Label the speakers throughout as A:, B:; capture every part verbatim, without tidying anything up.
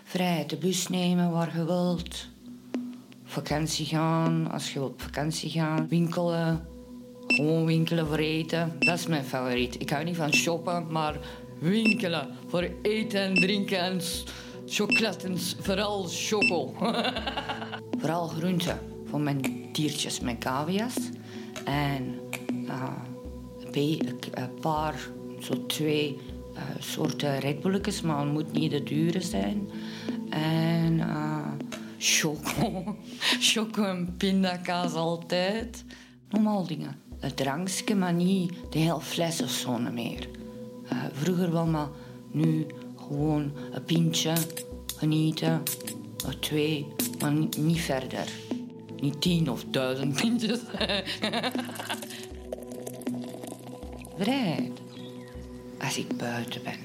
A: Vrij de bus nemen waar je wilt. Vakantie gaan, als je wilt op vakantie gaan. Winkelen. Gewoon winkelen voor eten. Dat is mijn favoriet. Ik hou niet van shoppen, maar winkelen. Voor eten en drinken en chocolade. Vooral choco. Vooral groenten. Voor mijn diertjes, mijn cavia's. En uh, een paar, zo twee uh, soorten Red Bulletjes, maar het moet niet de dure zijn. En uh, choco. Choco en pindakaas altijd. Normaal dingen. Een drankje, maar niet de hele fles of zo meer. Uh, vroeger wel, maar nu gewoon een pintje, genieten. Of twee, maar niet, niet verder. Niet tien of duizend pintjes. Vrijheid. Als ik buiten ben.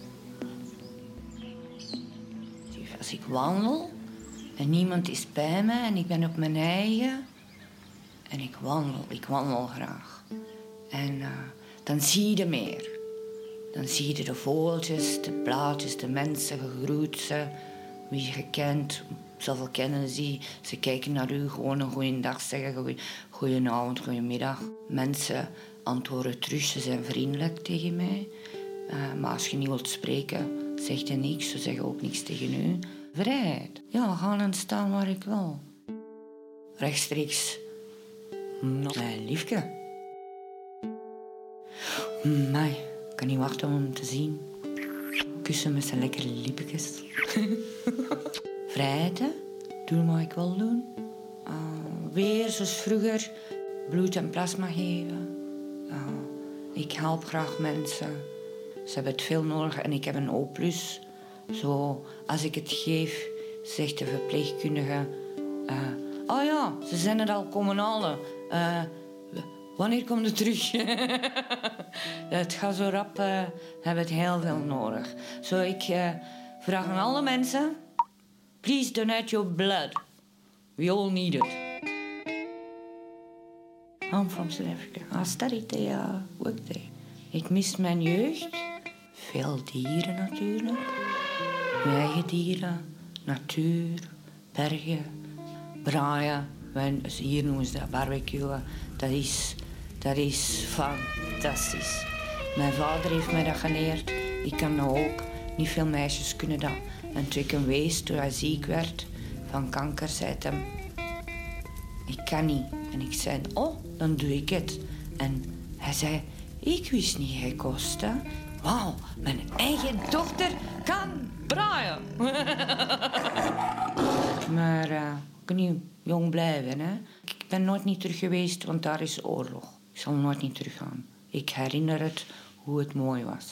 A: Als ik wandel en niemand is bij me en ik ben op mijn eigen en ik wandel, ik wandel graag. En uh, dan zie je meer. Dan zie je de vogeltjes, de blaadjes, de mensen, je groet ze, wie je kent. Zoveel kennen ze. Ze kijken naar u, gewoon een goeiedag zeggen, goedenavond, goedemiddag. Mensen antwoorden terug, ze zijn vriendelijk tegen mij. Uh, maar als je niet wilt spreken, zegt hij niks. Ze zeggen ook niks tegen u. Vrijheid. Ja, gaan en staan waar ik wil. Rechtstreeks. Nou, mijn liefje. Mij, ik kan niet wachten om hem te zien. Kussen met zijn lekkere lippetjes. Vrijheid, hè? Doen wat ik wil doen. Uh, weer, zoals vroeger, bloed en plasma geven. Uh, ik help graag mensen. Ze hebben het veel nodig en ik heb een O plus. Zo, als ik het geef, zegt de verpleegkundige... Uh, oh ja, ze zijn er al komen halen. Uh, wanneer komt het terug? Het gaat zo rap, uh, hebben het heel veel nodig. Zo, ik uh, vraag aan alle mensen... Please donate your blood. We all need it. I'm from South Africa. I studied there, I worked there. Ik mis mijn jeugd. Veel dieren natuurlijk. Mijn eigen dieren. Natuur. Bergen. Braaien. Hier noemen ze dat barbecuen. Dat is, dat is fantastisch. Mijn vader heeft mij dat geleerd. Ik kan dat ook. Niet veel meisjes kunnen dat. En toen ik hem wees, toen hij ziek werd van kanker, zei hij... Ik kan niet. En ik zei, oh, dan doe ik het. En hij zei, ik wist niet, hij kostte. Wauw, mijn eigen dochter kan braaien. Maar uh, ik kan niet jong blijven, hè. Ik ben nooit niet terug geweest, want daar is oorlog. Ik zal nooit niet teruggaan. Ik herinner het hoe het mooi was.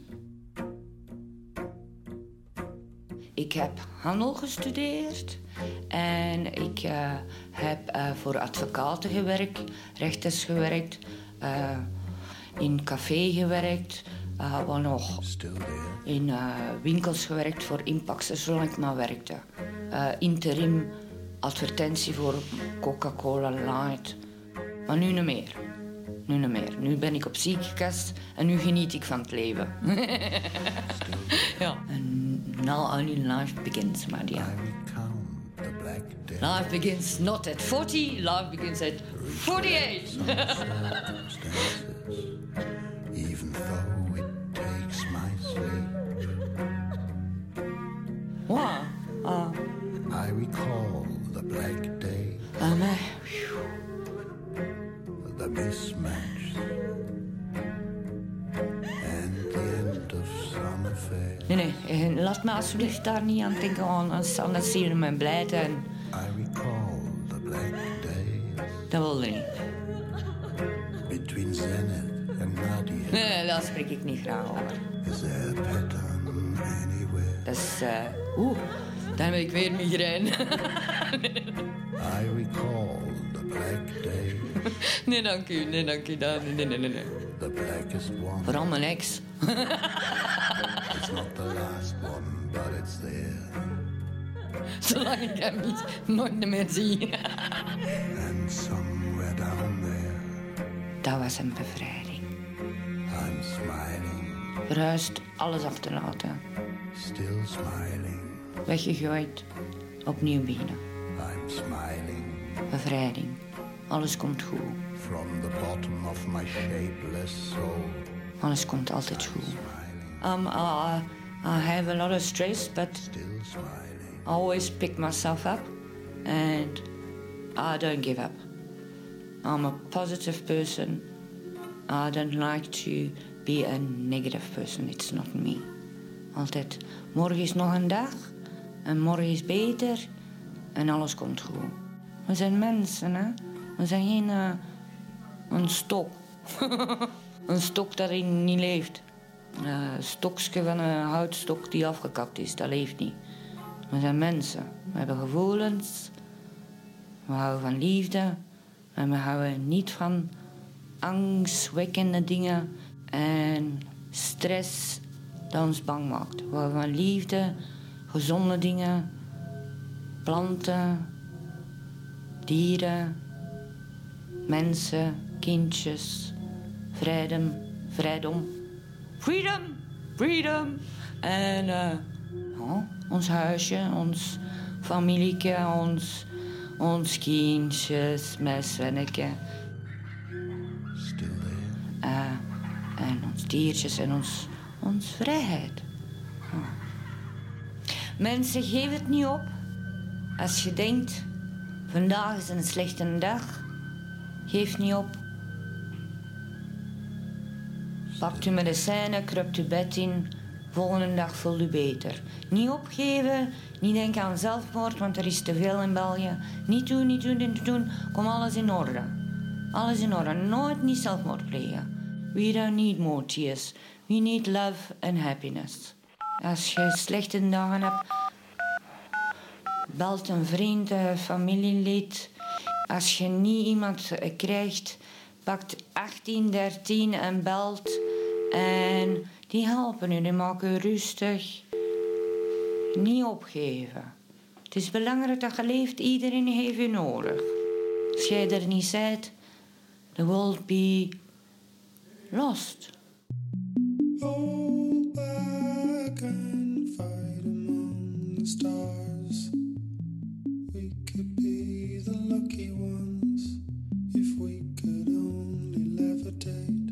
A: Ik heb handel gestudeerd en ik uh, heb uh, voor advocaten gewerkt, rechters gewerkt, uh, in café gewerkt, uh, wat nog, in uh, winkels gewerkt voor Impact, zolang ik maar werkte. Uh, interim advertentie voor Coca-Cola Light, maar nu niet meer. Nu niet meer. Nu ben ik op ziekenkast en nu geniet ik van het leven. Ja. And now only life begins, my dear. Life begins not at forty, life begins at forty-eight. Even though it takes my sleep. Wow. Uh, I recall the black day. Um, uh, the mismatch and the end of summer fair. Nee, nee, laat me alsjeblieft daar niet aan denken, anders, anders zie je me blij en... I recall the black days. Dat wilde niet. Between Zenith and Nadia. Nee, daar spreek ik niet graag over. Is there a pattern anywhere? Dat is, uh, oeh, dan heb ik weer migraine. I recall the black day. Nee, dank u, nee, dank u. Nee, nee, nee, nee. The blackest one. Vooral mijn ex. It's not the last one, but it's there. Zolang ik hem niet nooit meer zie. And somewhere down there. Dat was een bevrijding. I'm smiling. Rust, alles achterlaten. Still smiling. weggegooid, opnieuw beginnen.
B: I'm smiling.
A: Bevrijding. Alles komt goed.
B: From the bottom of my shapeless soul.
A: Alles komt altijd goed. Um, I, I have a lot of stress, but
B: Still smiling.
A: I always pick myself up and I don't give up. I'm a positive person. I don't like to be a negative person. It's not me. Altijd, morgen is nog een dag en morgen is beter en alles komt goed. We zijn mensen, hè. We zijn geen uh, een stok. Een stok dat niet leeft. Uh, een stokje van een houtstok die afgekapt is, dat leeft niet. We zijn mensen. We hebben gevoelens. We houden van liefde. En we houden niet van angstwekkende dingen en stress dat ons bang maakt. We houden van liefde, gezonde dingen, planten, dieren, mensen, kindjes, vrijdom, vrijdom, freedom, freedom. En uh, ja, ons huisje, ons familieke, ons, ons kindjes, mijn Svenneke. Uh, en ons diertjes en ons, ons vrijheid. Oh. Mensen, geef het niet op. Als je denkt, vandaag is een slechte dag, geef niet op. Pakt uw medicijnen, kruipt uw bed in, volgende dag voelt u beter. Niet opgeven, niet denken aan zelfmoord, want er is te veel in België. Niet doen, niet doen, niet doen, kom alles in orde. Alles in orde, nooit niet zelfmoord plegen. We don't need more tears. We need love and happiness. Als je slechte dagen hebt, belt een vriend, een familielid. Als je niet iemand krijgt, pakt achttien dertien en belt. En die helpen u, die maken u rustig. Niet opgeven. Het is belangrijk dat je leeft, iedereen heeft je nodig. Als jij er niet bent, the world be lost.
C: Hold back and fight among the stars. We could be the lucky ones if we could only levitate.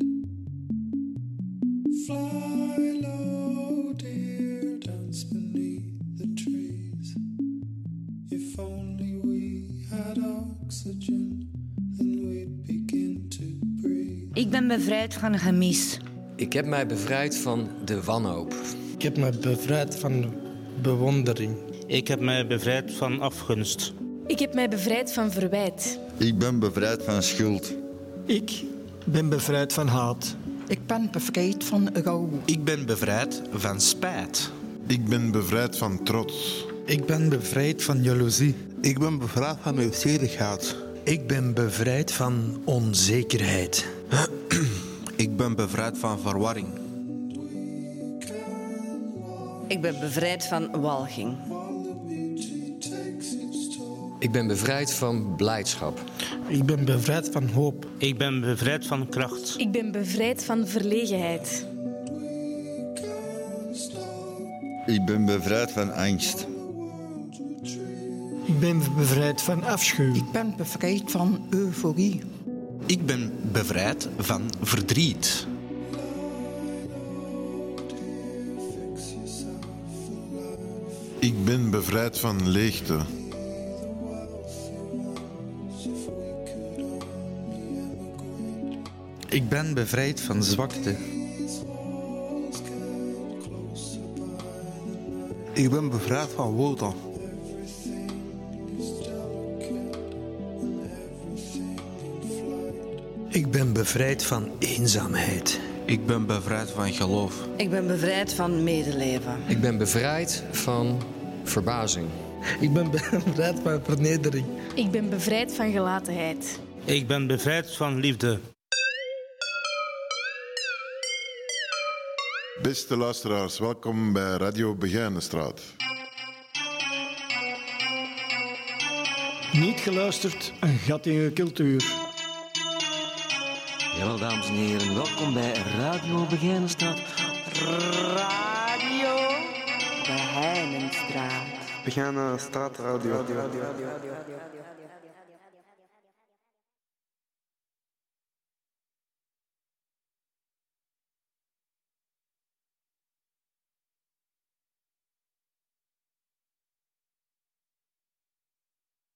C: Fly low, dear, dance beneath the trees. If only we had oxygen, then we'd begin to breathe.
A: Ik ben bevrijd van gemis.
D: Ik heb mij bevrijd van de wanhoop.
E: Ik heb mij bevrijd van bewondering.
F: Ik heb mij bevrijd van afgunst.
G: Ik heb mij bevrijd van verwijt.
H: Ik ben bevrijd van schuld.
I: Ik ben bevrijd van haat.
J: Ik ben bevrijd van rouw.
K: Ik ben bevrijd van spijt.
L: Ik ben bevrijd van trots.
M: Ik ben bevrijd van jaloezie.
N: Ik ben bevrijd van nieuwsgierigheid.
O: Ik ben bevrijd van onzekerheid.
P: Ik ben bevrijd van verwarring.
Q: Ik ben bevrijd van walging.
D: Ik ben bevrijd van blijdschap.
E: Ik ben bevrijd van hoop.
F: Ik ben bevrijd van kracht.
G: Ik ben bevrijd van verlegenheid.
H: Ik ben bevrijd van angst.
I: Ik ben bevrijd van afschuw.
J: Ik ben bevrijd van euforie.
K: Ik ben bevrijd van verdriet.
L: Ik ben bevrijd van leegte.
M: Ik ben bevrijd van zwakte.
N: Ik ben bevrijd van woede.
O: Ik ben bevrijd van eenzaamheid.
P: Ik ben bevrijd van geloof.
Q: Ik ben bevrijd van medeleven.
D: Ik ben bevrijd van verbazing.
E: Ik ben bevrijd van vernedering.
G: Ik ben bevrijd van gelatenheid.
F: Ik ben bevrijd van liefde.
L: Beste luisteraars, welkom bij Radio Begijnenstraat.
I: Niet geluisterd, een gat in je cultuur.
R: Jawel, dames en heren, welkom bij Radio Begijnenstraat.
Q: Radio Begijnenstraat.
S: We gaan naar straatradio.